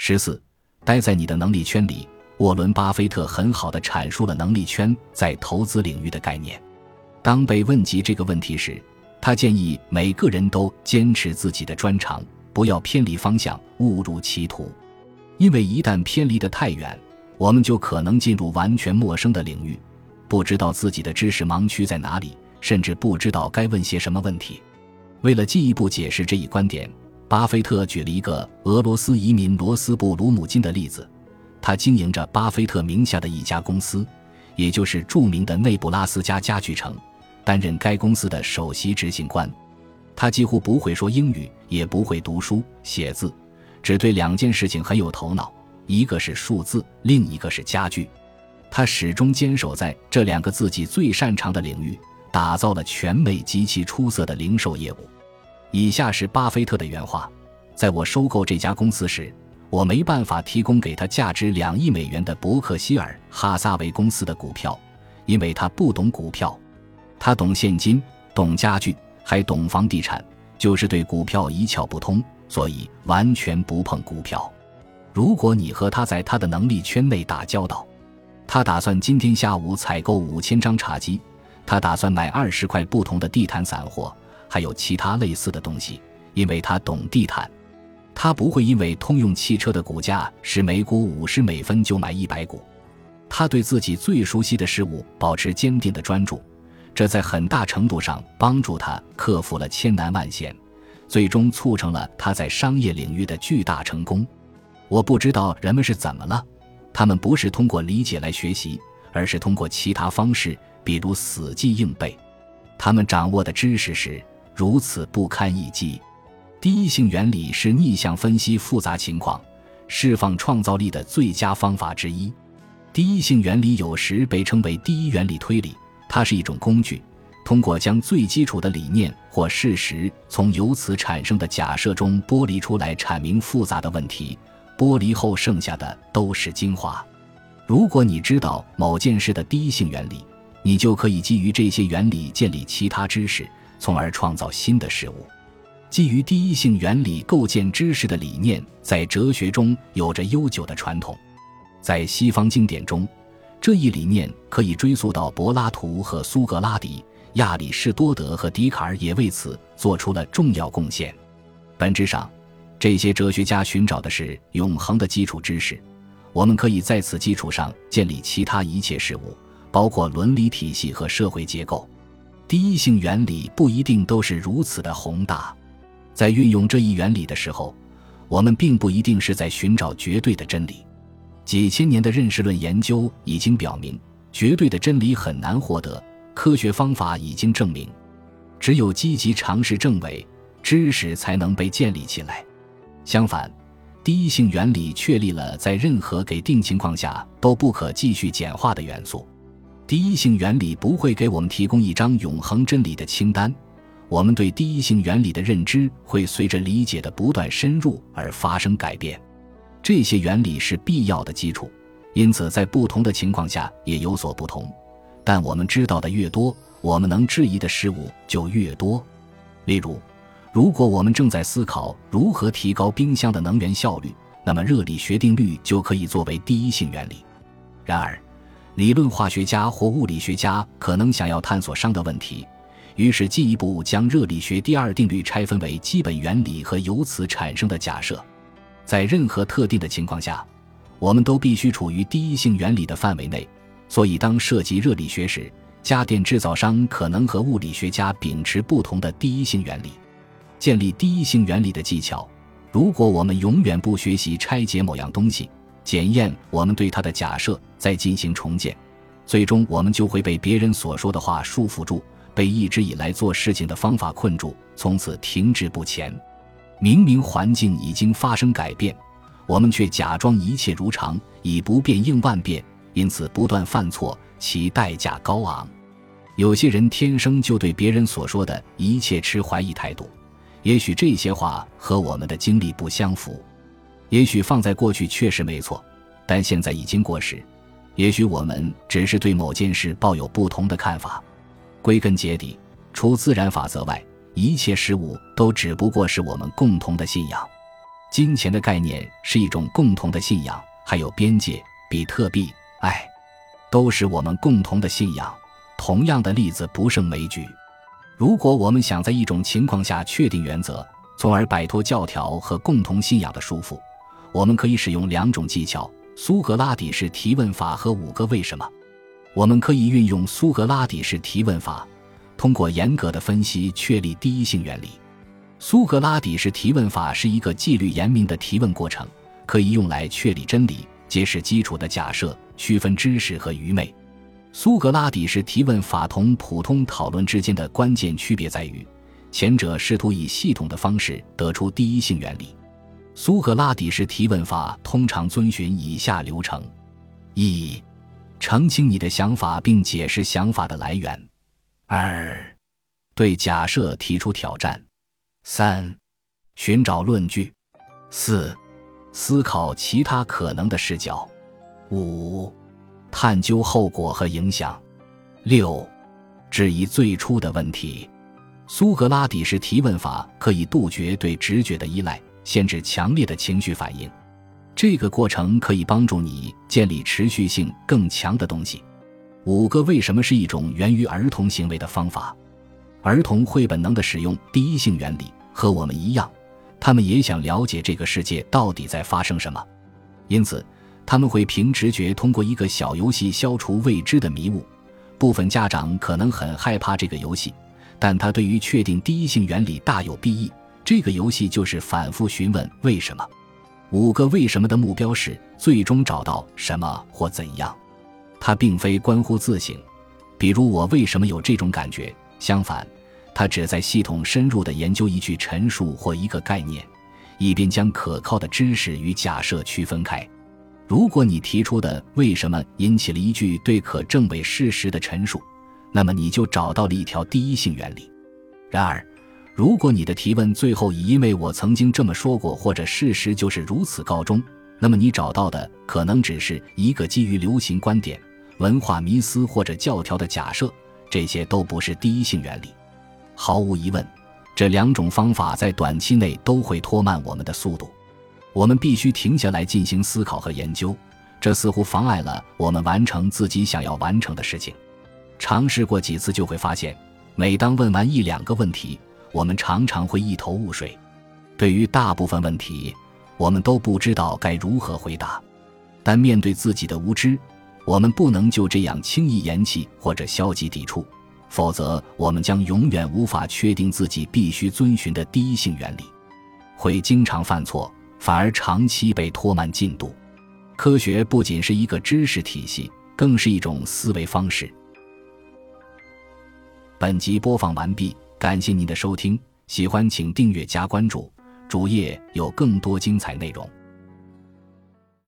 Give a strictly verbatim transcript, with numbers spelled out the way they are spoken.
十四，待在你的能力圈里。沃伦·巴菲特很好地阐述了能力圈在投资领域的概念。当被问及这个问题时，他建议每个人都坚持自己的专长，不要偏离方向，误入歧途。因为一旦偏离得太远，我们就可能进入完全陌生的领域，不知道自己的知识盲区在哪里，甚至不知道该问些什么问题。为了进一步解释这一观点，巴菲特举了一个俄罗斯移民罗斯布鲁姆金的例子。他经营着巴菲特名下的一家公司，也就是著名的内布拉斯加家具城，担任该公司的首席执行官。他几乎不会说英语，也不会读书写字，只对两件事情很有头脑，一个是数字，另一个是家具。他始终坚守在这两个自己最擅长的领域，打造了全美极其出色的零售业务。以下是巴菲特的原话：在我收购这家公司时，我没办法提供给他价值两亿美元的伯克希尔哈撒韦公司的股票，因为他不懂股票。他懂现金，懂家具，还懂房地产，就是对股票一窍不通，所以完全不碰股票。如果你和他在他的能力圈内打交道，他打算今天下午采购五千张茶几，他打算买二十块不同的地毯散货，还有其他类似的东西，因为他懂地毯。他不会因为通用汽车的股价是每股五十美分就买一百股。他对自己最熟悉的事物保持坚定的专注，这在很大程度上帮助他克服了千难万险，最终促成了他在商业领域的巨大成功。我不知道人们是怎么了，他们不是通过理解来学习，而是通过其他方式，比如死记硬背。他们掌握的知识是如此不堪一击。第一性原理是逆向分析复杂情况，释放创造力的最佳方法之一。第一性原理有时被称为第一原理推理，它是一种工具，通过将最基础的理念或事实从由此产生的假设中剥离出来，阐明复杂的问题，剥离后剩下的都是精华。如果你知道某件事的第一性原理，你就可以基于这些原理建立其他知识，从而创造新的事物。基于第一性原理构建知识的理念在哲学中有着悠久的传统。在西方经典中，这一理念可以追溯到柏拉图和苏格拉底，亚里士多德和笛卡尔也为此做出了重要贡献。本质上，这些哲学家寻找的是永恒的基础知识，我们可以在此基础上建立其他一切事物，包括伦理体系和社会结构。第一性原理不一定都是如此的宏大。在运用这一原理的时候，我们并不一定是在寻找绝对的真理。几千年的认识论研究已经表明，绝对的真理很难获得，科学方法已经证明，只有积极尝试证伪，知识才能被建立起来。相反，第一性原理确立了在任何给定情况下都不可继续简化的元素。第一性原理不会给我们提供一张永恒真理的清单，我们对第一性原理的认知会随着理解的不断深入而发生改变。这些原理是必要的基础，因此在不同的情况下也有所不同。但我们知道的越多，我们能质疑的事物就越多。例如，如果我们正在思考如何提高冰箱的能源效率，那么热力学定律就可以作为第一性原理。然而，理论化学家或物理学家可能想要探索熵的问题，于是进一步将热力学第二定律拆分为基本原理和由此产生的假设。在任何特定的情况下，我们都必须处于第一性原理的范围内，所以当涉及热力学时，家电制造商可能和物理学家秉持不同的第一性原理。建立第一性原理的技巧，如果我们永远不学习拆解某样东西，检验我们对它的假设，再进行重建，最终我们就会被别人所说的话束缚住，被一直以来做事情的方法困住，从此停滞不前。明明环境已经发生改变，我们却假装一切如常，以不变应万变，因此不断犯错，其代价高昂。有些人天生就对别人所说的一切持怀疑态度，也许这些话和我们的经历不相符，也许放在过去确实没错，但现在已经过时，也许我们只是对某件事抱有不同的看法。归根结底，除自然法则外，一切事物都只不过是我们共同的信仰。 金钱的概念是一种共同的信仰，还有边界、比特币、爱，都是我们共同的信仰。同样的例子不胜枚举。如果我们想在一种情况下确定原则，从而摆脱教条和共同信仰的束缚，我们可以使用两种技巧：苏格拉底式提问法和五个为什么。我们可以运用苏格拉底式提问法，通过严格的分析确立第一性原理。苏格拉底式提问法是一个纪律严明的提问过程，可以用来确立真理，揭示基础的假设，区分知识和愚昧。苏格拉底式提问法同普通讨论之间的关键区别在于，前者试图以系统的方式得出第一性原理。苏格拉底式提问法通常遵循以下流程：一、澄清你的想法并解释想法的来源；二、对假设提出挑战；三、寻找论据；四、思考其他可能的视角；五、探究后果和影响；六、质疑最初的问题。苏格拉底式提问法可以杜绝对直觉的依赖，限制强烈的情绪反应。这个过程可以帮助你建立持续性更强的东西。五个为什么是一种源于儿童行为的方法。儿童会本能地使用第一性原理，和我们一样，他们也想了解这个世界到底在发生什么。因此他们会凭直觉通过一个小游戏消除未知的迷雾。部分家长可能很害怕这个游戏，但它对于确定第一性原理大有裨益。这个游戏就是反复询问为什么。五个为什么的目标是最终找到什么或怎样，它并非关乎自省，比如我为什么有这种感觉，相反，它旨在系统深入地研究一句陈述或一个概念，以便将可靠的知识与假设区分开。如果你提出的为什么引起了一句对可证伪事实的陈述，那么你就找到了一条第一性原理。然而如果你的提问最后以因为我曾经这么说过或者事实就是如此告终，那么你找到的可能只是一个基于流行观点、文化迷思或者教条的假设，这些都不是第一性原理。毫无疑问，这两种方法在短期内都会拖慢我们的速度。我们必须停下来进行思考和研究，这似乎妨碍了我们完成自己想要完成的事情。尝试过几次就会发现，每当问完一两个问题，我们常常会一头雾水。对于大部分问题，我们都不知道该如何回答。但面对自己的无知，我们不能就这样轻易言弃或者消极抵触，否则我们将永远无法确定自己必须遵循的第一性原理，会经常犯错，反而长期被拖慢进度。科学不仅是一个知识体系，更是一种思维方式。本集播放完毕，感谢您的收听，喜欢请订阅加关注，主页有更多精彩内容。